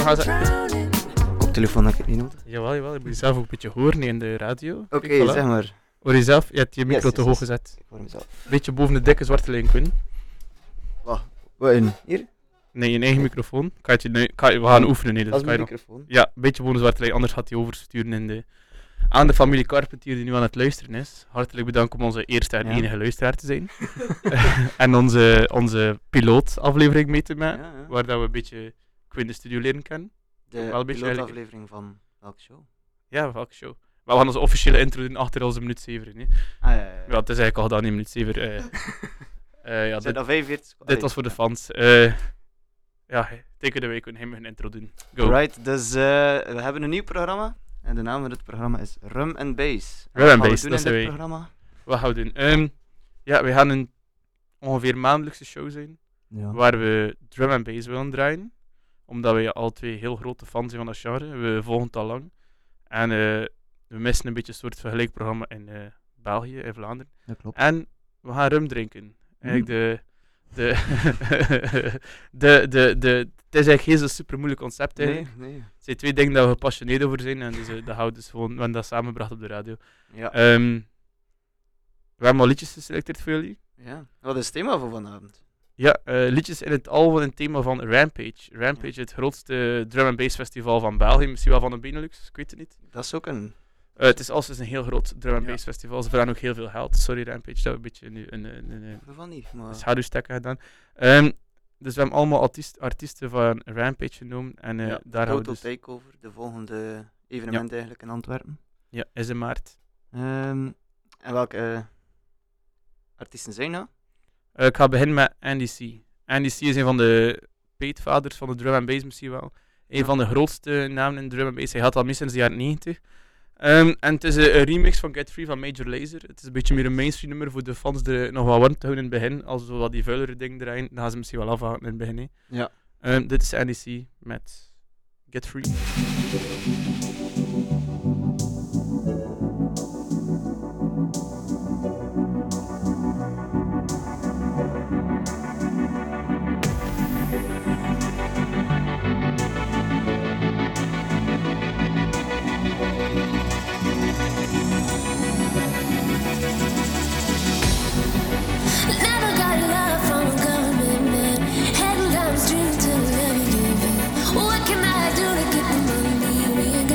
gaan zetten. Koptelefoon heb ik niet nodig. Jawel, je moet jezelf ook een beetje horen in de radio. Oké, Kijk, voilà. zeg maar. Hoor jezelf, je hebt je micro Yes, te yes, hoog yes. gezet. Ik hoor mezelf. Beetje boven de dikke zwarte lijn, Quinn. Wat in? Hier? Nee, je eigen microfoon. We gaan oefenen. Nee, Dat dus is kan je mijn nog... microfoon. Ja, een beetje boven de zwarte lijn, anders gaat hij oversturen aan de familie Carpentier die nu aan het luisteren is. Hartelijk bedankt om onze eerste en Ja. enige luisteraar te zijn. En onze pilootaflevering mee te maken, Ja. waar dat we een beetje Quinn de studio leren kennen. Wel De een beetje pilootaflevering van welke show? Ja, welke show? Maar we gaan onze officiële intro doen achter onze minuut 7. Hè. Ja. Ja, het is eigenlijk al gedaan in minuut 7. Ja, Zijn dat 45 seconden? dit was voor de fans. Ja, teken de week, we gaan een intro doen. Go. Right, dus we hebben een nieuw programma. En de naam van het programma is Rum and Bass. Rum and Wat gaan we Bass, doen dat in zijn dit wij. programma? Wat gaan we doen? Ja, we gaan een ongeveer maandelijkse show zijn. Ja. Waar we drum en bass willen draaien. Omdat wij al twee heel grote fans zijn van dat genre. We volgen het al lang. En we missen een beetje een soort vergelijkprogramma in België, in Vlaanderen. Dat klopt. En we gaan rum drinken. Eigenlijk het is eigenlijk geen zo super moeilijk concept eigenlijk. Nee. Het zijn twee dingen dat we gepassioneerd over zijn. En dus, dat houden dus gewoon, we hebben dat samengebracht op de radio. Ja. We hebben al liedjes geselecteerd voor jullie. Ja. Wat is het thema voor vanavond? Ja, liedjes in het al van een thema van Rampage. Rampage, het grootste drum and bass festival van België, misschien wel van de Benelux, ik weet het niet. Dat is ook een... Het is als een heel groot drum and Ja. bass festival. Ze vragen ook heel veel geld. Sorry Rampage, dat we een beetje nu een Van niet, maar... schaduwstekker gedaan. Dus we hebben allemaal artiesten van Rampage genomen. En Ja, daar gaan we Total dus... Takeover, de volgende evenement eigenlijk in Antwerpen. Ja, is in maart. En welke artiesten zijn dat? Ik ga beginnen met Andy C. Andy C is een van de peetvaders van de drum and bass misschien wel. Een van de grootste namen in drum and bass. Hij had al mee sinds de jaren 90. En het is een remix van Get Free van Major Lazer. Het is een beetje meer een mainstream nummer voor de fans die nog wat warm te houden in het begin. Als zo wat die vuilere dingen draaien, dan gaan ze misschien wel afhaken in het begin. Hè. Ja. Dit is Andy C met Get Free. Never got love from a government man. Heading down the street to the levee. What can I do to get the money? We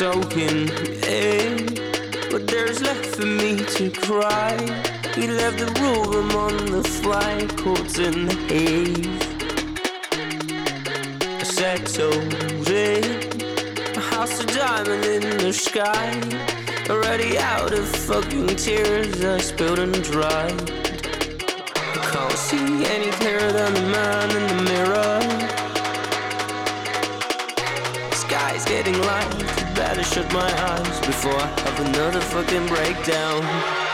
soaking in, but there's left for me to cry. We left the room on the fly, caught in the haze. I settled in a house of diamond in the sky. Already out of fucking tears, I spilled and dried. I can't see any clearer than the man in the mirror. The sky's getting light, better shut my eyes before I have another fucking breakdown.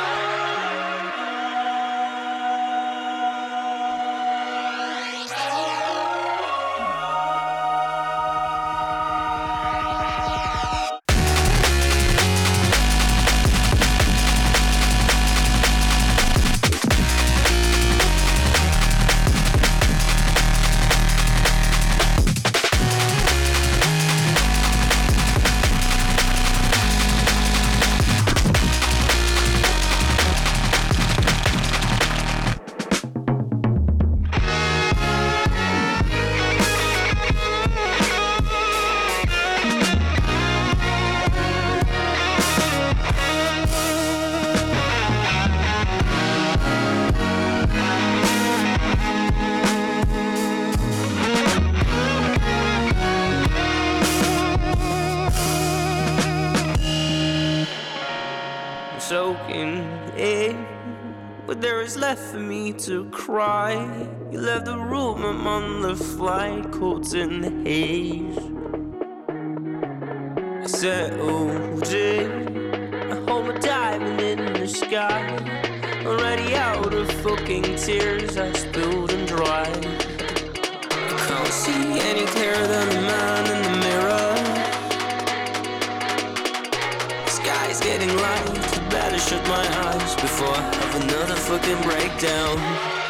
Soaking in, but there is left for me to cry. You left the room, I'm on the fly, caught in the haze. I settled in, I hold my diamond in the sky. Already out of fucking tears, I spilled and dried. I can't see any clearer than the man in the mirror. The sky's getting light, better shut my eyes before I have another fucking breakdown.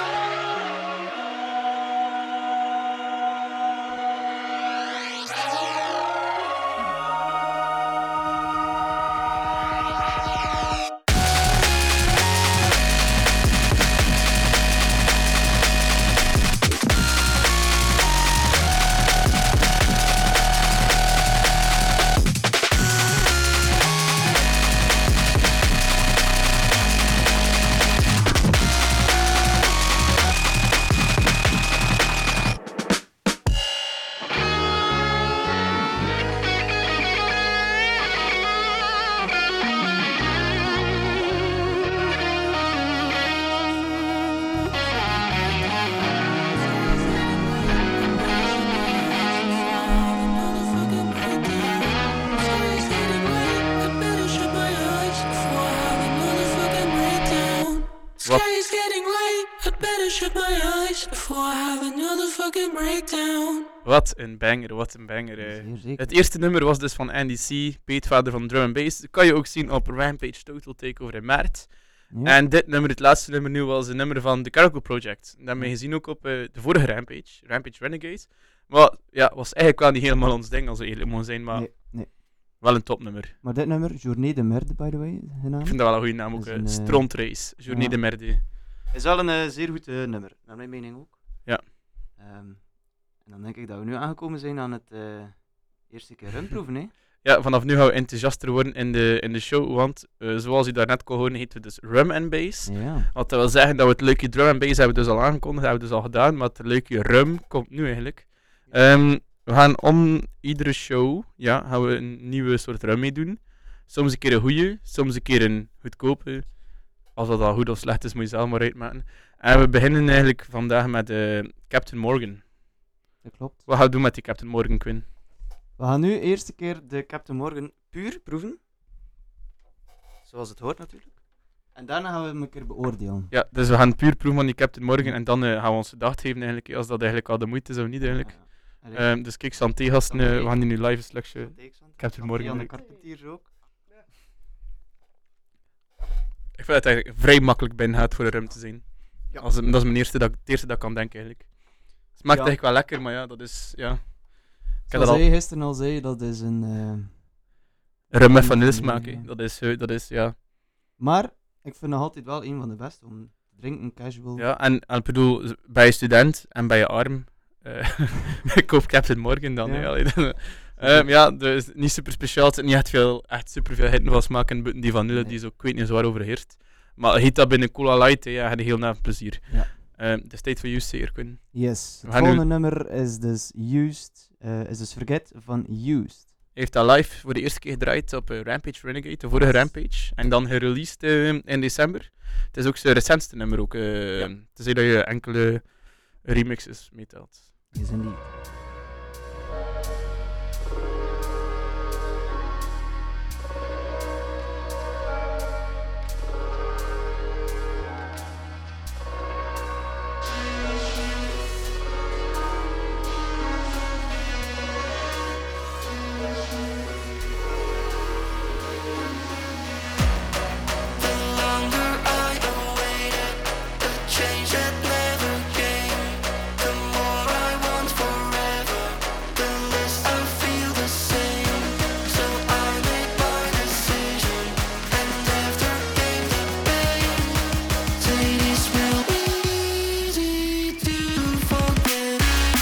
Sky's getting light, I better shut my eyes before I have another fucking breakdown. Wat een banger, wat een banger. Zeer zeker. Het eerste nummer was dus van Andy C, peetvader van Drum & Bass. Dat kan je ook zien op Rampage Total Takeover in maart. Ja. En dit nummer, het laatste nummer nu, was een nummer van The Cargo Project. Dat hebben we gezien ook op de vorige Rampage, Rampage Renegade. Maar ja, was eigenlijk wel niet helemaal ons ding, als we eerlijk mogen zijn, maar Nee. wel een topnummer. Maar dit nummer, Journée de Merde, by the way, genaamd. Ik vind dat wel een goede naam ook. Dat is een, Strontrace, Journée ja. de Merde. Is wel een zeer goed nummer, naar mijn mening ook. Ja. En dan denk ik dat we nu aangekomen zijn aan het eerste keer rumproeven, hè. Ja, vanaf nu gaan we enthousiaster worden in de show, want zoals u daarnet kon horen, heet het dus Rum & Bass. Ja. Wat dat wil zeggen dat we het leuke Drum & Bass hebben dus al aangekondigd, hebben we dus al gedaan, maar het leuke Rum komt nu eigenlijk. We gaan om iedere show, gaan we een nieuwe soort rum mee doen. Soms een keer een goeie, soms een keer een goedkope. Als dat al goed of slecht is, moet je zelf maar uitmaken. En we beginnen eigenlijk vandaag met Captain Morgan. Dat klopt. Wat gaan we doen met die Captain Morgan, Quinn? We gaan nu eerst een keer de Captain Morgan puur proeven. Zoals het hoort natuurlijk. En daarna gaan we hem een keer beoordelen. Ja, dus we gaan puur proeven van die Captain Morgan en dan gaan we ons gedacht geven eigenlijk, als dat eigenlijk al de moeite is of niet eigenlijk. Dus kijk, santé gasten, we gaan hier nu live een slukje Captain Morgan aan de drinken. Carpentiers ook. Ik vind het eigenlijk vrij makkelijk binnengaat voor een rum te zijn. Ja. Dat is mijn eerste het eerste dat ik kan denken eigenlijk. Smaakt Ja. eigenlijk wel lekker, maar ja, dat is, ja. Ik heb Zoals dat al jij gisteren al zei, dat is een... rum met vanillesmaak, Ja. hè. Dat is, ja. Maar, ik vind nog altijd wel een van de beste om te drinken, casual. Ja, en ik bedoel, bij je student en bij je arm, ik koop Captain Morgan dan, Ja. hè. Allee, dan, Ja, dus niet super speciaal. Er zit niet echt super veel hitte van smaak in buiten die vanille, Nee. die zo, ik weet niet zo waar overheerst. Maar heet dat binnen Cola Light, hè, ja, heb je heel na plezier. Ja. Het is tijd voor Used, zeker, Quinn. Yes. Het gaan nu- volgende nummer is dus Used. Is dus Forget van Used. Hij heeft dat live voor de eerste keer gedraaid op Rampage Renegade, de vorige Rampage. En dan gereleased in december. Het is ook zijn recentste nummer. Ook, Het is dat je enkele remixes meetelt. Yes, indeed. Change that never came. The more I want forever, the less I feel the same. So I made my decision, and after came the pain. Say this will be easy to forget.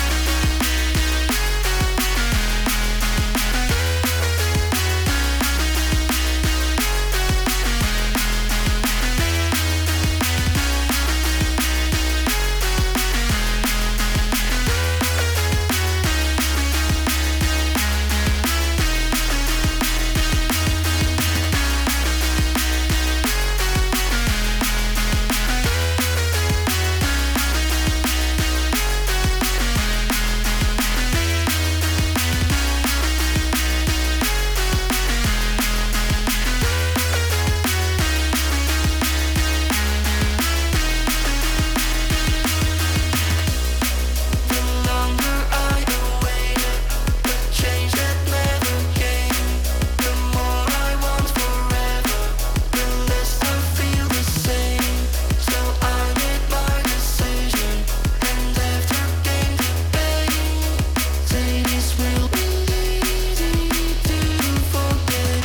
Change that never came. The more I want forever, the less I feel the same. So I made my decision, and after came the pain. Say this will be easy to forget.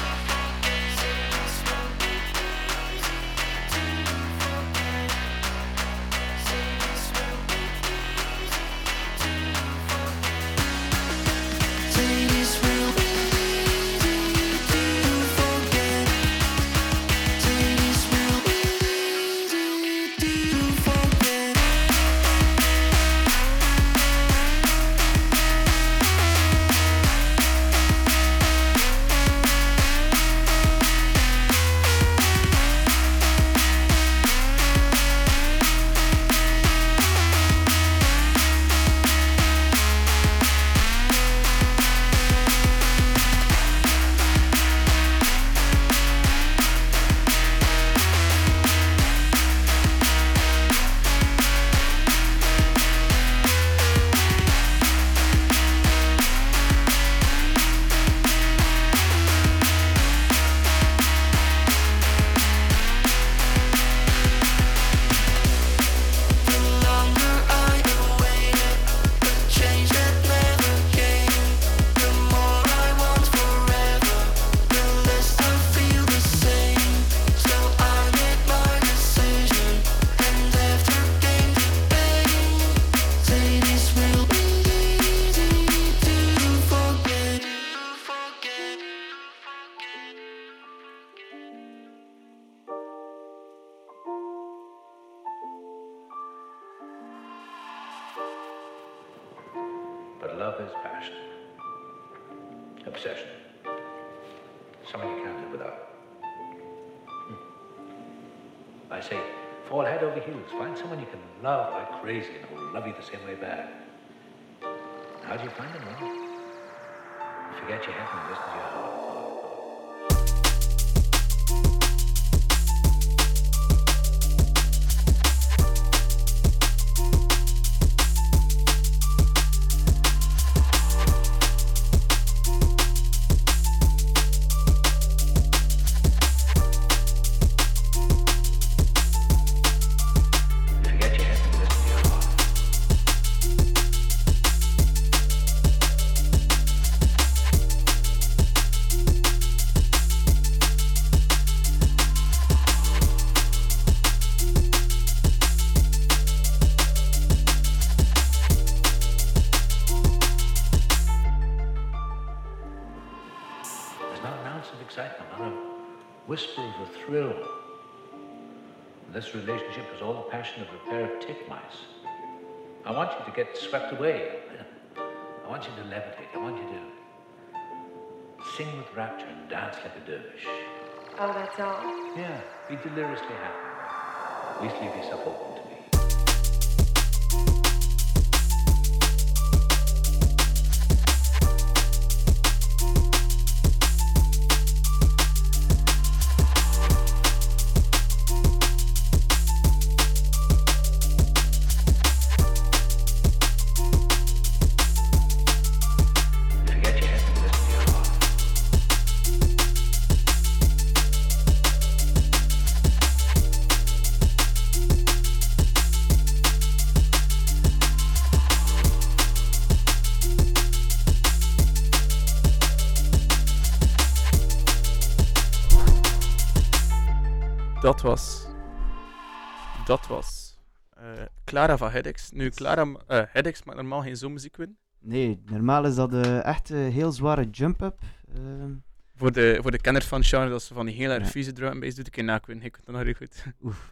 Say this will be easy to forget. Say this will be easy to forget. Change that never came. The more I want forever, the less I feel the same. So I made my decision, and after came the pain. Say this will be easy to forget. But love is passion, obsession, something you can't live without. I say, fall head over heels, find someone you can love like crazy and who will love you the same way back. How do you find them? Well, you forget your head and listen to your heart. Forget your head and listen to your heart. a whisper of a thrill. This relationship is all the passion of a pair of titmice. I want you to get swept away. I want you to levitate. I want you to sing with rapture and dance like a dervish. Oh, that's all? Yeah, be deliriously happy. Please leave yourself open to me. Forget your head and listen to your heart. Dat was Clara van Headaches. Nu, Clara, Headaches maakt normaal geen zo'n muziek win. Nee, normaal is dat echt heel zware jump-up. Voor de kenners van het genre, dat ze van die heel erg Ja. vieze drum en bass doet, ik nakwin. Ik vind dat nog heel goed. Oef.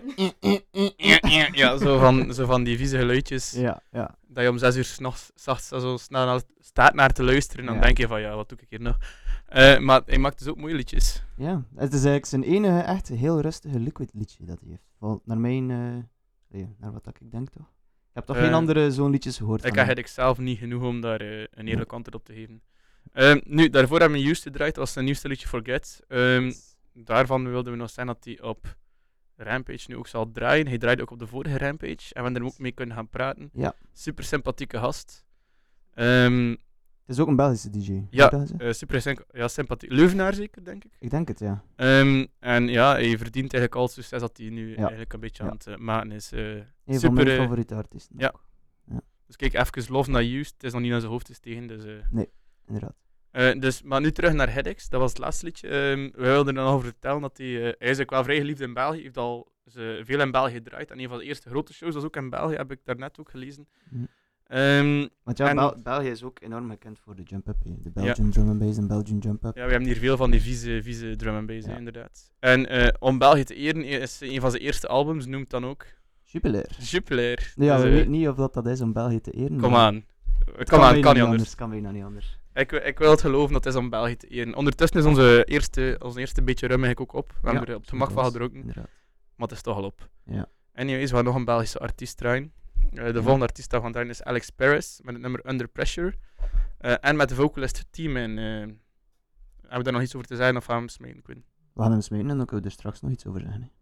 Ja, zo van die vieze geluidjes. Ja. Dat je om 6 uur s'nachts zo snel staat naar te luisteren. Dan Ja. denk je van, ja, wat doe ik hier nog? Maar hij maakt dus ook mooie liedjes. Ja, het is eigenlijk zijn enige echt heel rustige liquid liedje dat hij heeft. Naar mijn, naar wat ik denk toch. Ik heb toch geen andere zo'n liedjes gehoord Ik van heb hem. het zelf niet genoeg om daar een eerlijke antwoord op te geven. Nu, daarvoor hebben we Used gedraaid, dat was zijn nieuwste liedje Forget. Daarvan wilden we nog zeggen dat hij op Rampage nu ook zal draaien. Hij draaide ook op de vorige Rampage en we hebben er ook mee kunnen gaan praten. Ja. Super sympathieke gast. Het is ook een Belgische DJ. Ja, Heb je dat gezegd? super sympathiek. Leuvenaar zeker, denk ik. Ik denk het, ja. En ja, hij verdient eigenlijk al het succes dat hij nu Ja. eigenlijk een beetje Ja. aan het maken is. Een super, van mijn favoriete artiesten. ja. ook. Dus kijk, even lof naar Used. Het is nog niet naar zijn hoofd gestegen, dus... Inderdaad. Maar nu terug naar Headaches, dat was het laatste liedje. We wilden er nog over vertellen dat hij is eigenlijk wel vrij geliefd in België. Hij heeft al veel in België gedraaid. En een van de eerste grote shows was ook in België, heb ik daarnet ook gelezen. Mhm. Ehm, Want ja, en- België is ook enorm bekend voor de jump-up. De Belgian drum and bass en Belgian jump-up. ja, we hebben hier veel van die vieze drum and bass, hè, Ja. inderdaad. En om België te eren, is een van zijn eerste albums, noemt dan ook Jupiler. Jupiler. Ja, Dus, we weten niet of dat is om België te eren. Kom maar aan. het Kan bijna niet anders. Kan bijna niet anders. Ik wil het geloven dat het is om België te eren. Ondertussen is onze eerste beetje rum eigenlijk ook op. We hebben Ja, er op het gemak van gedronken. Inderdaad. Maar het is toch al op. Ja. Anyways, we gaan nog een Belgische artiest draaien. De volgende artiest dat we gaan draaien is Alex Paris met het nummer Under Pressure. En met de vocalist T-Man. Hebben we daar nog iets over te zeggen of gaan we hem smijten, Quinn? We gaan hem smijten en dan kunnen we er straks nog iets over zeggen. Hè.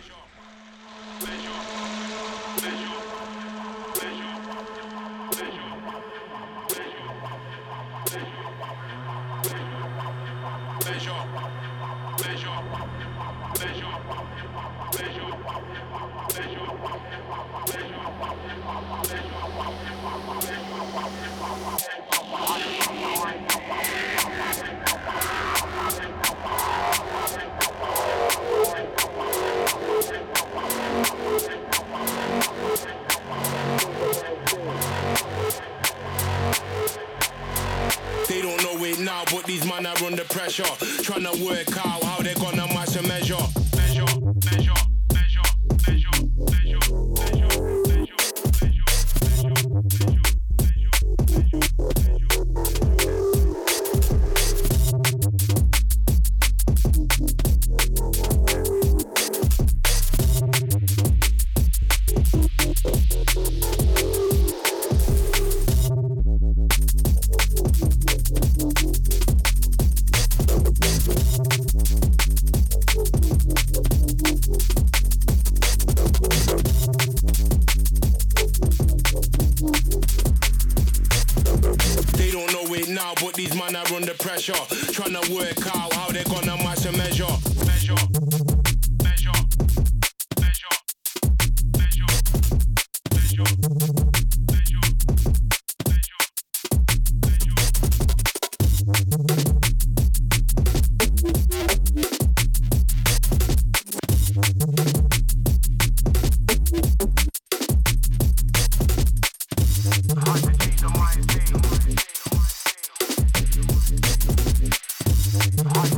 They don't know it now, but these man are under pressure. Tryna work out how they gonna match and measure. Measure, measure, measure, measure, measure, measure, measure, They don't know it now, but these man are under pressure. Tryna work out how they gonna match and measure. Measure, measure, measure, measure, measure, measure, measure.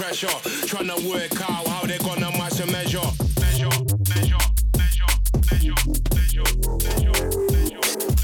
pressure. Trying to work out how they gonna match and measure. Measure, measure, measure, measure, measure, measure, measure,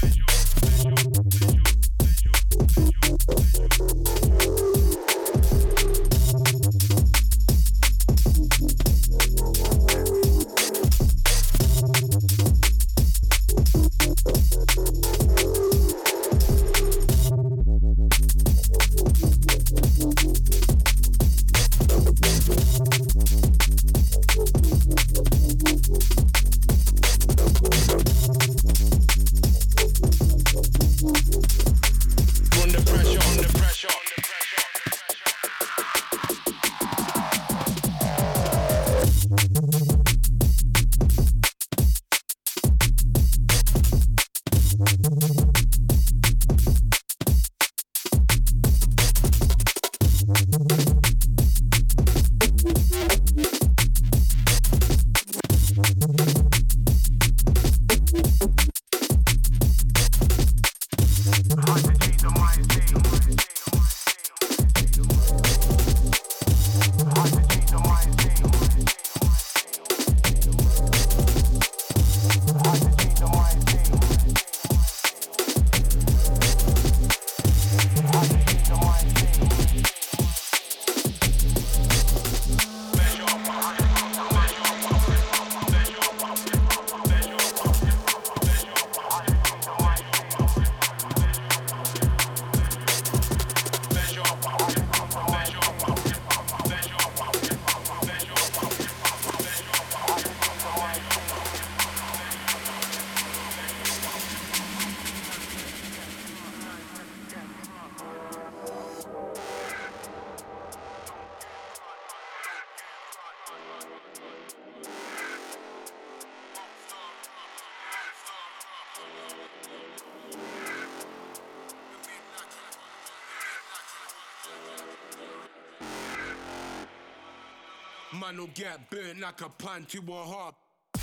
Man will get burnt like a pan to a hop.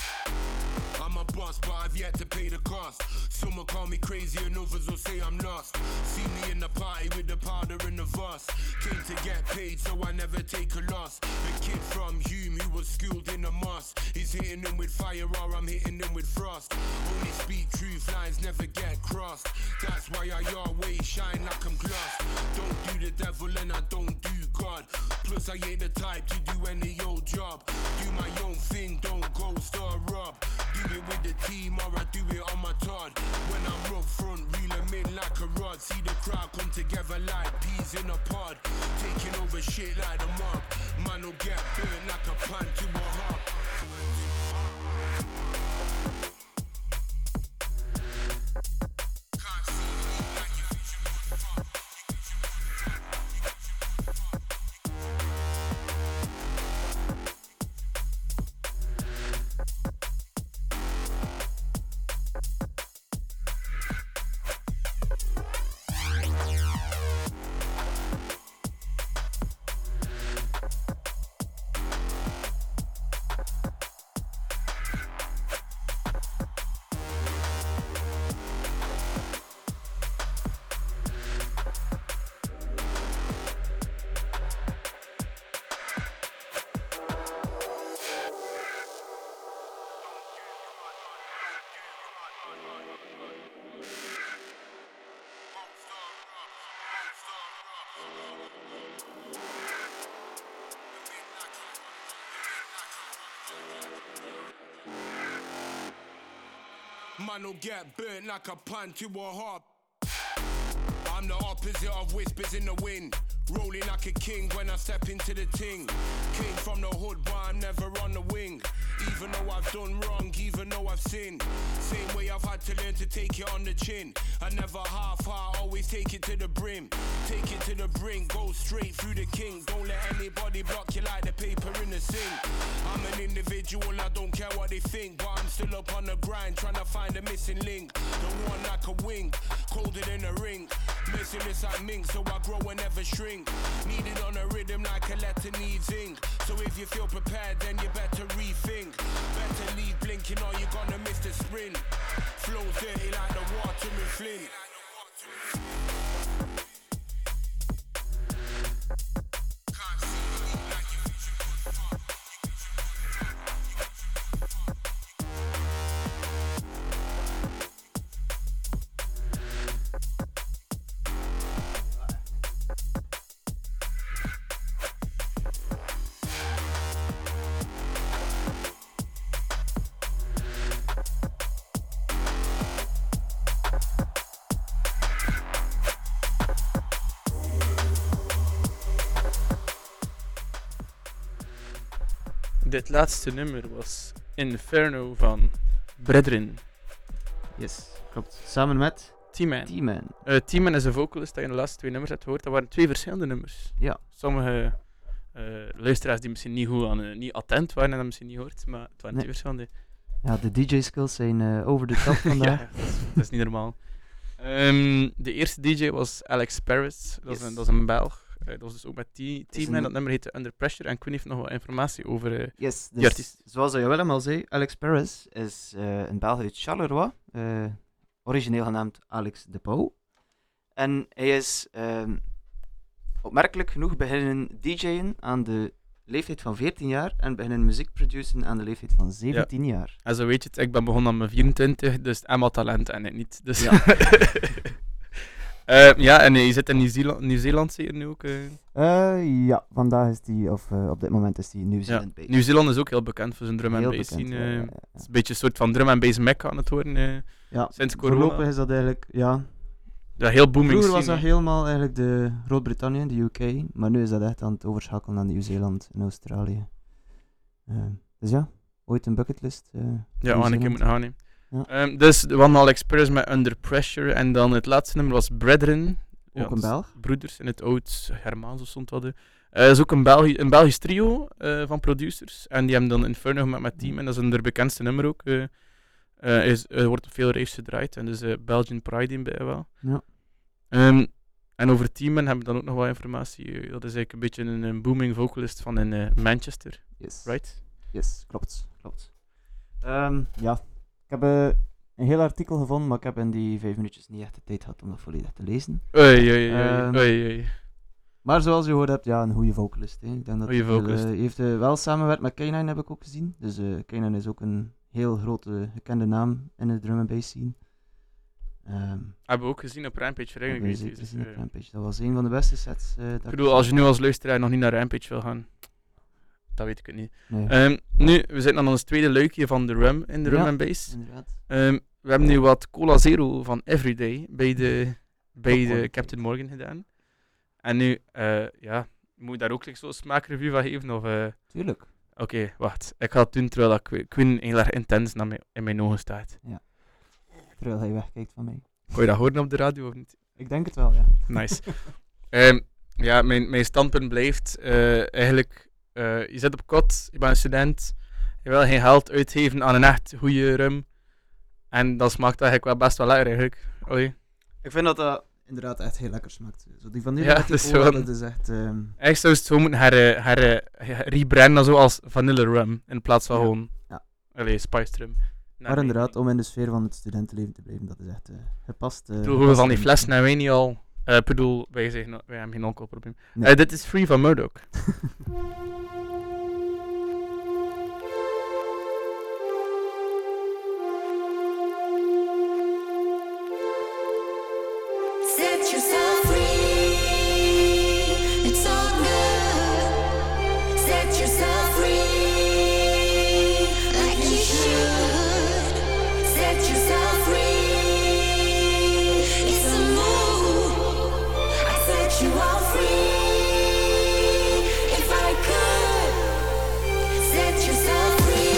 I'm a boss, but I've yet to pay the cost. Some will call me crazy and others will say I'm lost. See me in the party with the powder and the vase. Came to get paid, so I never take a loss. A kid from Hume who was schooled in a mosque. He's hitting them with fire or I'm hitting them with frost. Only speak truth, lines never get crossed. That's why I always shine like I'm gloss. Don't do the devil and I don't do God. Plus I ain't the type to do any old job. Do my own thing, don't go star rob. Do it with the team or I do it on my Todd. When I'm rough front, reel them in like a rod. See the crowd come together like peas in a pod. Taking over shit like the mob. Man will get burnt like a pan to a hop. Man will get burnt like a pan to a hop. I'm the opposite of whispers in the wind. Rolling like a king when I step into the ting. King from the hood, but I'm never on the wing. Even though I've done wrong, even though I've sinned. Same way I've had to learn to take it on the chin. I never half-heart, always take it to the brim. Take it to the brink, go straight through the king. Don't let anybody block you like the paper in the sink. I'm an individual, I don't care what they think. But I'm still up on the grind, trying to find a missing link. The one like a wing, colder than a ring. Merciless like mink, so I grow and never shrink. Needed on a rhythm like a letter needs ink. So if you feel prepared, then you better rethink. Better leave blinking or you're gonna miss the sprint. Flows dirty like the water in Flint. Can't see me like Dit laatste nummer was Inferno van Brethren. Yes, klopt. Samen met T-Man. T-Man. T-Man is een vocalist dat je in de laatste 2 nummers hebt gehoord. Dat waren 2 verschillende nummers. Ja. Sommige luisteraars die misschien niet goed niet attent waren en dat misschien niet hoort, maar het waren Nee. 2 verschillende. Ja, de DJ-skills zijn over de top vandaag. Ja, dat is niet normaal. De eerste DJ was Alex Paris. Yes. Dat is een Belg. Dat was dus ook met Is T-Man. een- Dat nummer heette Under Pressure. En Quinn heeft nog wat informatie over... Yes, Die dus artiest. zoals je Willem al zei, Alex Paris is een Belg uit Charleroi, origineel genaamd Alex de Pauw. En hij is opmerkelijk genoeg beginnen DJ'en aan de leeftijd van 14 jaar en beginnen muziek produceren aan de leeftijd van 17 jaar. En zo weet je het, ik ben begonnen aan mijn 24, dus helemaal talent en ik niet. Dus Ja. ja, en je zit in Nieuw-Zeeland zeker nu ook. Ja, vandaag is die, of op dit moment is die New Ja. Zealand based. Nieuw-Zeeland is ook heel bekend voor zijn drum and Heel bass bekend, scene. ja, ja, ja. Het is een beetje een soort van drum and bass mecca aan het worden. Ja, sinds corona. voorlopig is dat eigenlijk, ja. Ja, heel booming Vroeger was scene. dat helemaal eigenlijk de Groot-Brittannië, de UK, maar nu is dat echt aan het overschakelen naar Nieuw-Zeeland en Australië. Dus ja, ooit een bucketlist. Ja, we gaan een keer Nieuw-Zeeland. moeten gaan. Hè. Ja. Dus de One Alex Paris met Under Pressure. En dan het laatste nummer was Brethren. Ja, Ook een Belg. Broeders in het oud Germaans of stond dat. Dat is ook een Belgisch trio van producers. En die hebben dan Inferno gemaakt met Team. En dat is hun bekendste nummer ook. Wordt op veel raves gedraaid. En dus Belgian Pride in bij wel. Ja. En over Teamen hebben we dan ook nog wat informatie. Dat is eigenlijk een beetje een booming vocalist van in Manchester. Yes. Right? Yes, klopt. Ja, ik heb een heel artikel gevonden, maar ik heb in die 5 minuutjes niet echt de tijd gehad om dat volledig te lezen. Oei. Maar zoals je gehoord hebt, ja, een goede vocalist. Hè. Ik denk dat Goeie hij vocalist. heeft wel samengewerkt met K9, heb ik ook gezien. Dus K9 is ook een heel grote gekende naam in de drum and bass scene. Hebben we ook gezien op Rampage Vereniging. Hebben we zeker gezien op Rampage. Dat was een van de beste sets. Ik bedoel, als je nu als luisteraar nog niet naar Rampage wil gaan, dat weet ik het niet. Nee, Nu, we zitten aan ons tweede luikje van de rum in de rum Ja. and bass. inderdaad. We hebben nu wat Cola Zero van Everyday bij de quality. Captain Morgan gedaan. En nu, ja, moet je daar ook zo'n smaakreview van geven? Of, Tuurlijk. Oké, wacht. Ik ga het doen terwijl dat Quinn heel erg intens in mijn ogen staat. Terwijl hij wegkijkt van mij. Kon je dat horen op de radio of niet? Ik denk het wel, ja. Nice. Ja, mijn standpunt blijft eigenlijk... je zit op kot, je bent een student, je wil geen geld uitgeven aan een echt goede rum. En dat smaakt eigenlijk wel best wel lekker eigenlijk. Oei. Ik vind dat dat inderdaad echt heel lekker smaakt. Zo die vanille Ja, met die dat is cola, wel- dat is echt... Eigenlijk zou ze het zo moeten rebranden zo als vanille rum, in plaats van Ja. gewoon Ja. spiced rum. Maar inderdaad, om in de sfeer van het studentenleven te blijven, dat is echt gepast. Ik bedoel, hoeveel van die flessen hebben wij niet al? Ik bedoel, wij hebben geen alcoholprobleem. Nee. Dit is Free van Murdoch. Set yourself free. It's all good. Set yourself free, like you should. Set yourself free. It's a move. I set you all free. If I could, set yourself free.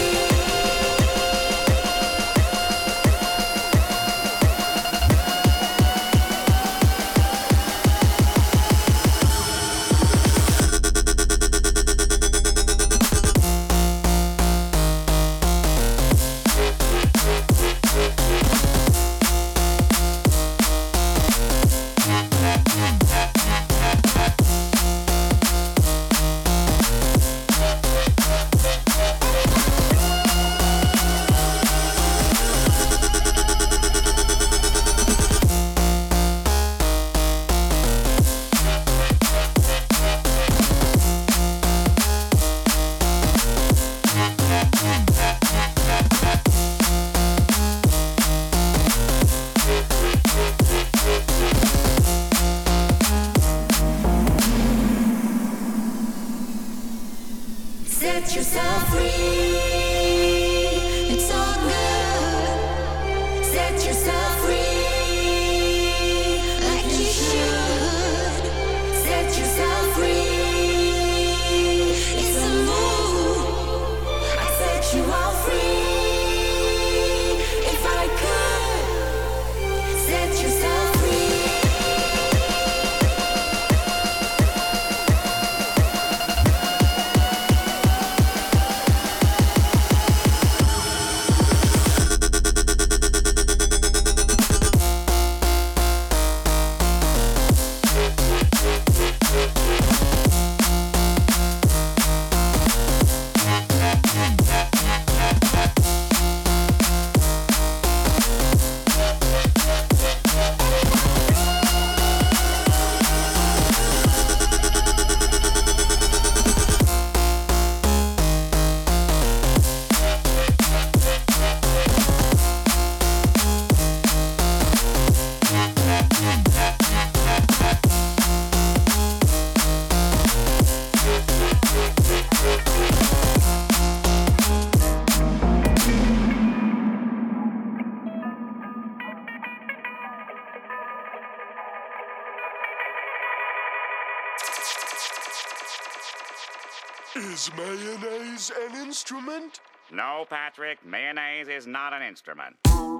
Is mayonnaise an instrument? No, Patrick, mayonnaise is not an instrument.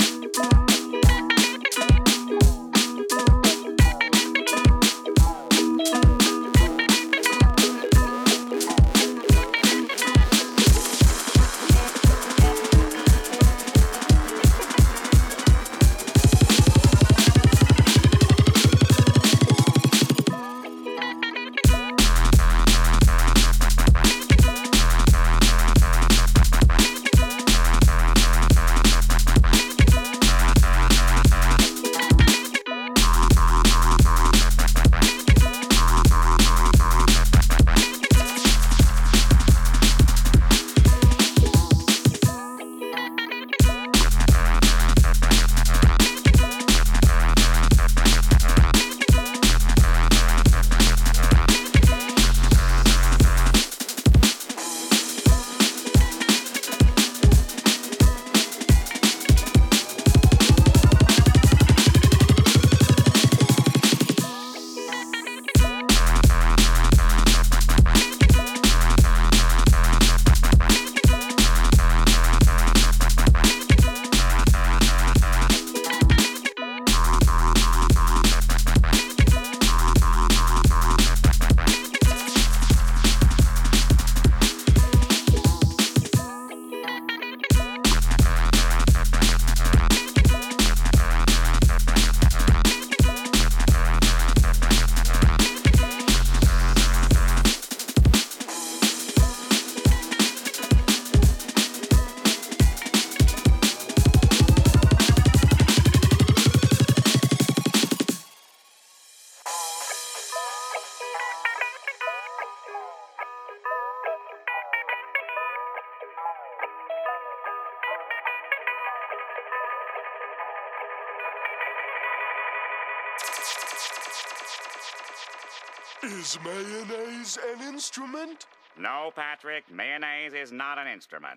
Is mayonnaise an instrument? No, Patrick, mayonnaise is not an instrument.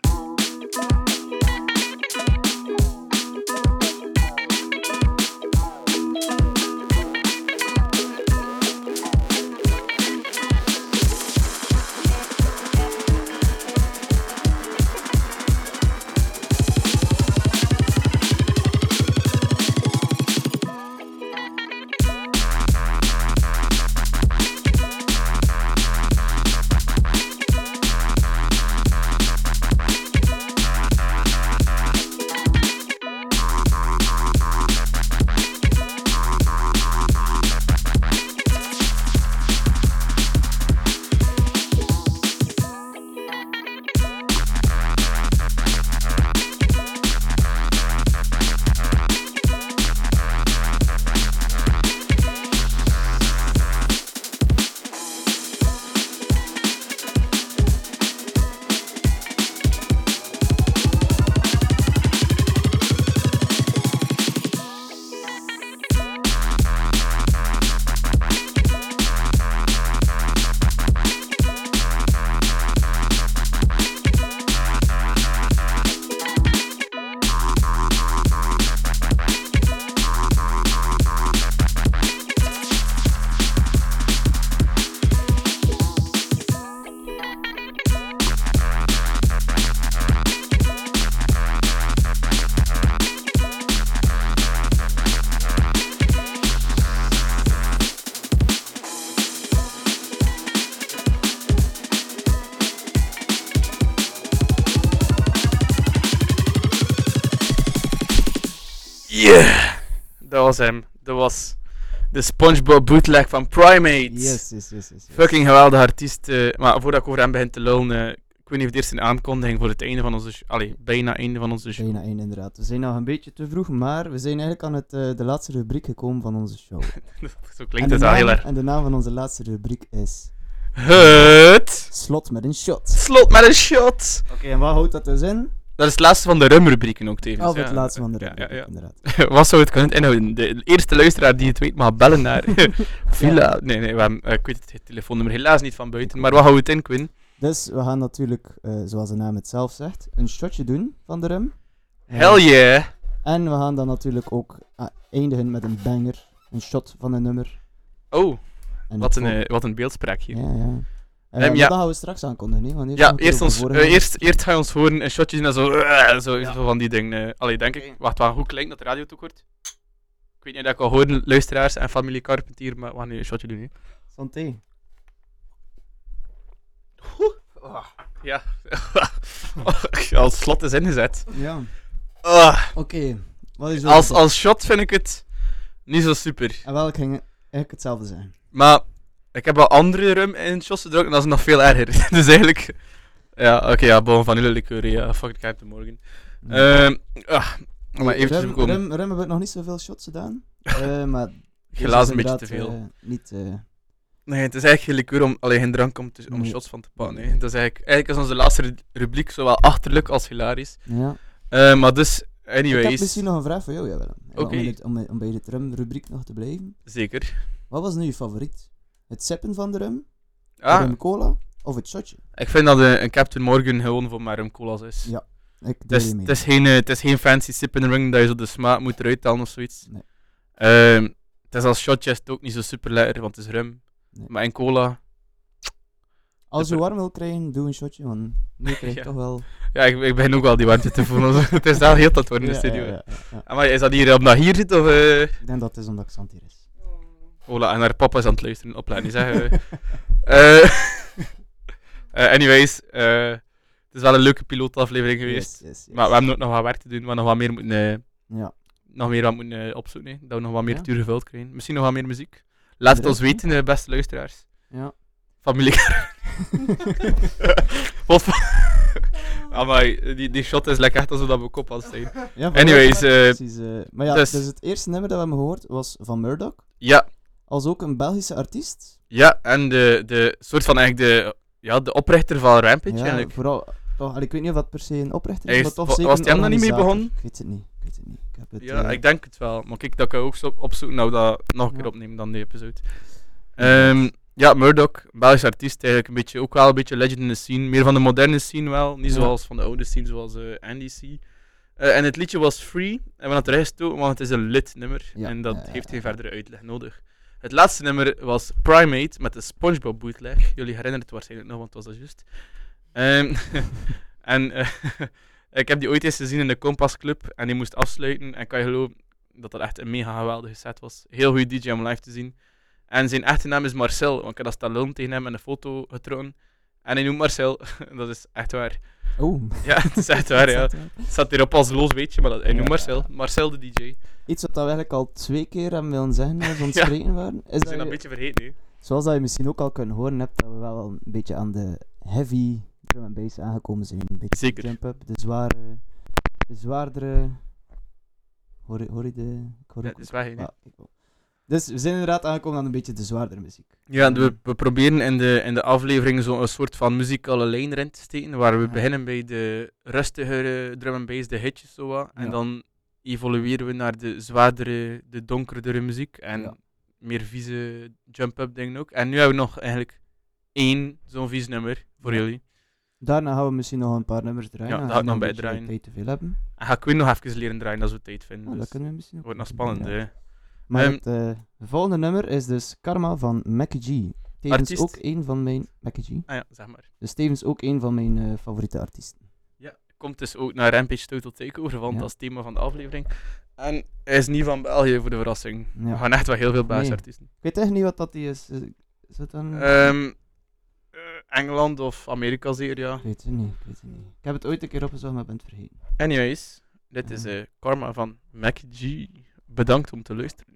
Yeah! Dat was hem. Dat was de SpongeBob bootleg van Primates. Yes. Fucking geweldig artiest. Maar voordat ik over hem begin te lullen, ik weet niet of het eerst een aankondiging voor het einde van onze bijna einde van onze show. Bijna één, inderdaad. We zijn nog een beetje te vroeg, maar we zijn eigenlijk aan de laatste rubriek gekomen van onze show. Zo klinkt het wel heel erg. En de naam van onze laatste rubriek is... Het Slot met een shot. slot met een shot. Oké, en wat houdt dat dus in? Dat is het laatste van de rumrubrieken ook tevens. Of het ja. laatste van de Ja, rubriek, ja, ja. inderdaad. Wat zou het kunnen inhouden? De eerste luisteraar die het weet mag bellen naar Villa. Nee, we hebben, ik weet het telefoonnummer helaas niet van buiten. Maar wat houdt het in, Quinn? Dus we gaan natuurlijk, zoals de naam het zelf zegt, een shotje doen van de rum. Hell yeah! En we gaan dan natuurlijk ook eindigen met een banger. Een shot van een nummer. Oh, En wat een beeldspraak hier. Ja. Maar ja. dat gaan we straks aankondigen, hè, want Ja, nog eerst, over ons, vorige- eerst ga je ons horen een shotje zien en zo Ja. van die dingen. Allee, denk ik. Oké. Wacht, hoe klinkt dat de radio toekort? Ik weet niet of dat ik al horen, luisteraars en familie Carpentier, maar we gaan nu een shotje doen. Hè. Santé. Ja. Als slot is ingezet. Ja. Ah, Oké. Wat is als shot vind ik het niet zo super. En wel, ik ging eigenlijk hetzelfde zijn. Maar ik heb wel andere rum in shots gedronken en dat is nog veel erger. Dus eigenlijk... Ja, oké, ja, bon, vanille-liqueur, ja, fuck it, Captain Morgan. Maar even Rum hebben we nog niet zoveel shots gedaan. Maar Glazen deze een is beetje te inderdaad, veel. niet... Nee, het is eigenlijk geen liqueur om... Alleen geen drank om Nee. shots van te pakken. Hè. Dat is eigenlijk is onze laatste rubriek zowel achterlijk als hilarisch. Ja. Maar dus, Ik heb anyways... misschien nog een vraag voor jou, Willem. Oké. Om bij de rum-rubriek nog te blijven. Zeker. Wat was nu je favoriet? Het sippen van de rum? De Ah, rum cola? Of het shotje? ik vind dat een Captain Morgan gewoon voor maar rum cola's is. Ja, ik Het deel is, je mee. het is geen fancy sip in the ring dat je zo de smaak moet eruit halen of zoiets. Nee. Het is als shotje is het ook niet zo super lekker, want het is rum. Nee. Maar in cola... Als je warm wil krijgen, doe een shotje, want nu krijg je Ja. toch wel... Ja, ik begin ook wel die warmte te voelen. Het is wel heel dat worden in de studio. Maar is dat hier omdat hier zit of... Ik denk dat het is omdat ik zand hier is. Hola, en haar papa is aan het luisteren. Opleiden, niet zeggen. Anyways, het is wel een leuke pilootaflevering geweest. Yes. Maar we hebben ook nog wat werk te doen. We hebben nog wat meer moeten, Ja. opzoeken. Hè. Dat we nog wat meer Ja. tuur gevuld krijgen. Misschien nog wat meer muziek. Laat het ons Direct, weten, beste luisteraars. Ja. Familie. Wat Amai, die shot is lekker echt alsof dat we kop aan staan. Ja, Anyways, precies, maar ja, dus- dus het eerste nummer dat we hebben gehoord was van Murdoch. Ja, Als ook een Belgische artiest. ja, en de soort van eigenlijk de oprichter van Rampage Ja, eigenlijk. vooral... Toch, ik weet niet of dat per se een oprichter Hij is, is- maar toch wa- zeker was een hij hem daar niet mee organisator. begonnen? Ik weet het niet. Ik heb het... Ja, ik denk het wel. Maar kijk, dat kan ik ook zo opzoeken. Nou, dat nog een keer Ja. opnemen dan die episode. Ja, Murdoch, Belgisch artiest, eigenlijk ook wel een beetje legend in de scene. Meer van de moderne scene wel, niet Ja. zoals van de oude scene, zoals Andy C. En het liedje was Free, en we hadden het eruit gestoken, want het is een lit nummer. Ja. En dat heeft geen verdere uitleg nodig. Het laatste nummer was Primate met de SpongeBob bootleg. Jullie herinneren het waarschijnlijk nog, want het was dat juist. En ik heb die ooit eens gezien in de Compass Club en die moest afsluiten. En kan je geloven dat dat echt een mega geweldige set was. Heel goede DJ om live te zien. En zijn echte naam is Marcel, want ik heb dat Stallone tegen hem en een foto getrokken. En hij noemt Marcel, dat is echt waar. Oh. Ja, het is echt waar, ja. Het staat hier op als los weetje, maar hij noemt Ja. Marcel. Marcel de DJ. Iets wat we eigenlijk al 2 keer hebben willen zeggen als we aan het spreken waren. Is We dat zijn dat je, een beetje vergeten nu. zoals dat je misschien ook al kunnen horen hebt, dat we wel een beetje aan de heavy drum and bass aangekomen zijn. Een beetje Zeker. jump-up, de zwaardere... Hoor je de... Ik hoor Ja, ook- het is weg, hè, nu. Ah, ik wel. Dus we zijn inderdaad aangekomen aan een beetje de zwaardere muziek. Ja, we proberen in de aflevering zo'n soort van muzikale lijn erin te steken, waar we Ja. beginnen bij de rustigere drum and bass, de hitjes zo wat, en Ja. dan evolueren we naar de zwaardere, de donkerdere muziek en Ja. meer vieze jump-up dingen ook. En nu hebben we nog eigenlijk 1 zo'n vies nummer voor Ja. jullie. Daarna gaan we misschien nog een paar nummers draaien. Ja, daar en ga ik nog een bij beetje draaien. tijd te veel hebben. En ga ik weer nog even leren draaien als we tijd vinden. Ah, dat dus kunnen we misschien ook. wordt nog doen, spannend, ja. hè. Maar Ehm, het volgende nummer is dus Karma van Mackie G. Tevens Artiest? ook een van mijn... Mackie G. Ah ja, zeg maar. Dus tevens ook een van mijn favoriete artiesten. Komt dus ook naar Rampage Total Takeover, want Ja. dat is het thema van de aflevering. En hij is niet van België voor de verrassing. Ja. We gaan echt wel heel veel Belgische Nee. artiesten. Ik weet echt niet wat dat die is. Is het dan... Engeland of Amerika zeer, ja. Ik weet het niet. Ik heb het ooit een keer opgezocht, maar ben het vergeten. Anyways, dit is Karma van Mackie G. Bedankt om te luisteren.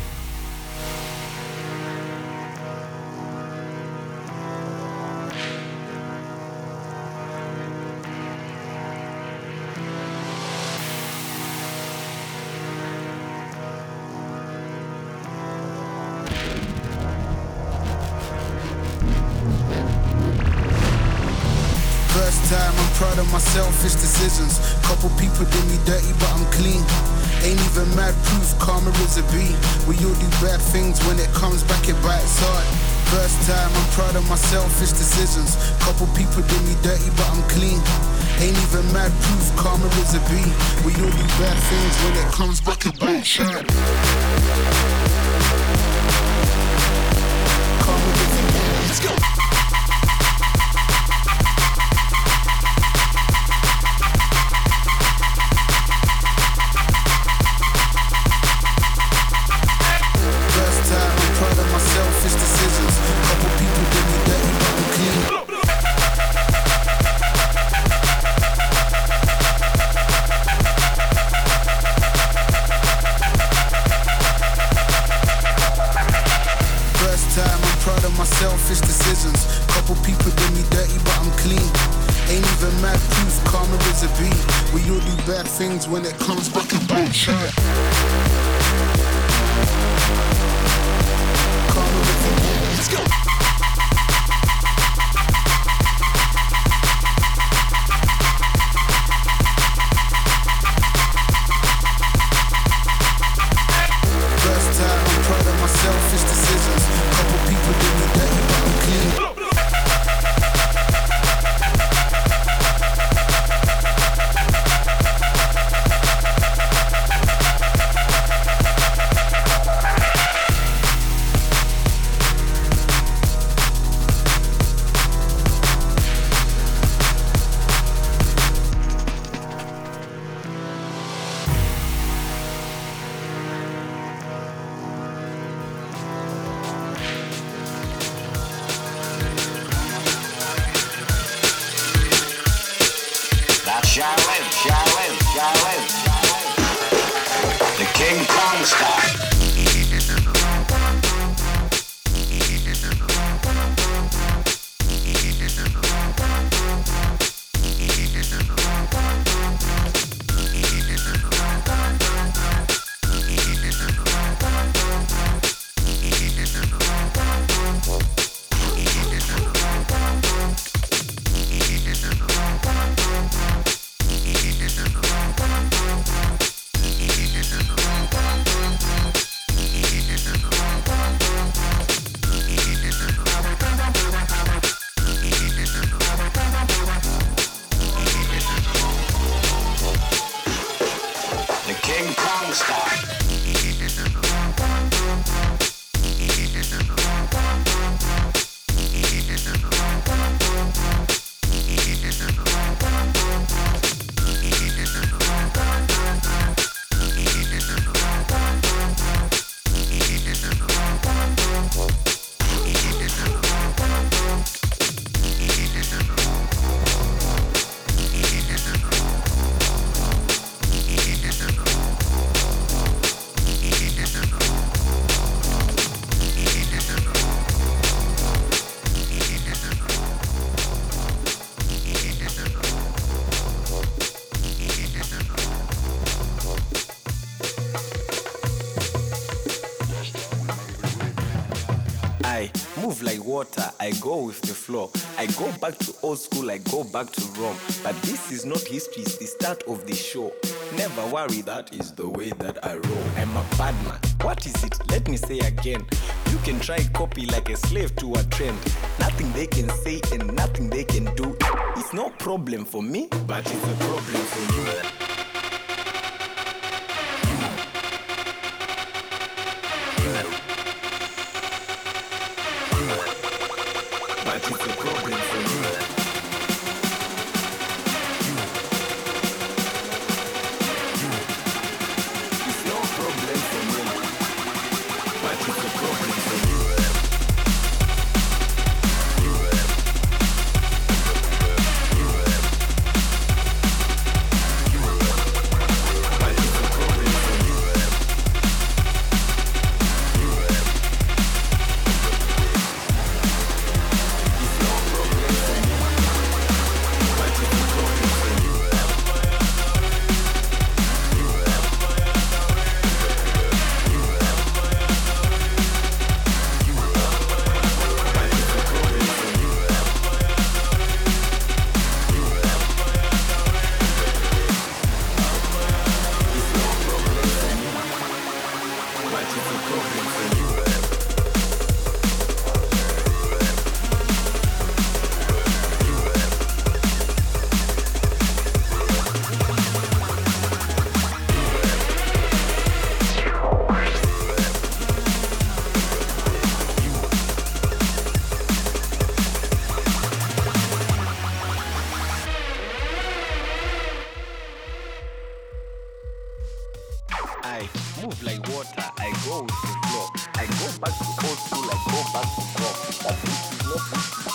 First time, I'm proud of my selfish decisions. Couple people did me dirty, but I'm clean. Ain't even mad proof, karma is a B. We all do bad things, when it comes back it bites hard. First time, I'm proud of my selfish decisions. Couple people did me dirty, but I'm clean. Ain't even mad proof, karma is a B. We all do bad things, when it comes back it bites hard. Karma is a B. Let's go. bad things when it comes back to bullshit. Let's go. Versatile, I'm proud of my selfish decisions. Couple people do me dirty, but I'm clean. Shaolin. The King Kong style. I move like water, I go with the flow. I go back to old school, I go back to Rome. But this is not history, it's the start of the show. Never worry, that is the way that I roll. I'm a bad man. What is it? Let me say again. You can try copy like a slave to a trend. Nothing they can say and nothing they can do. It's no problem for me, but it's a problem for you. But it's a problem for you. It's no problem for me. But it's a problem for you. But it's a problem for you. I move like water, I go with the flow. I go back to old school, I go back to grow. But this is not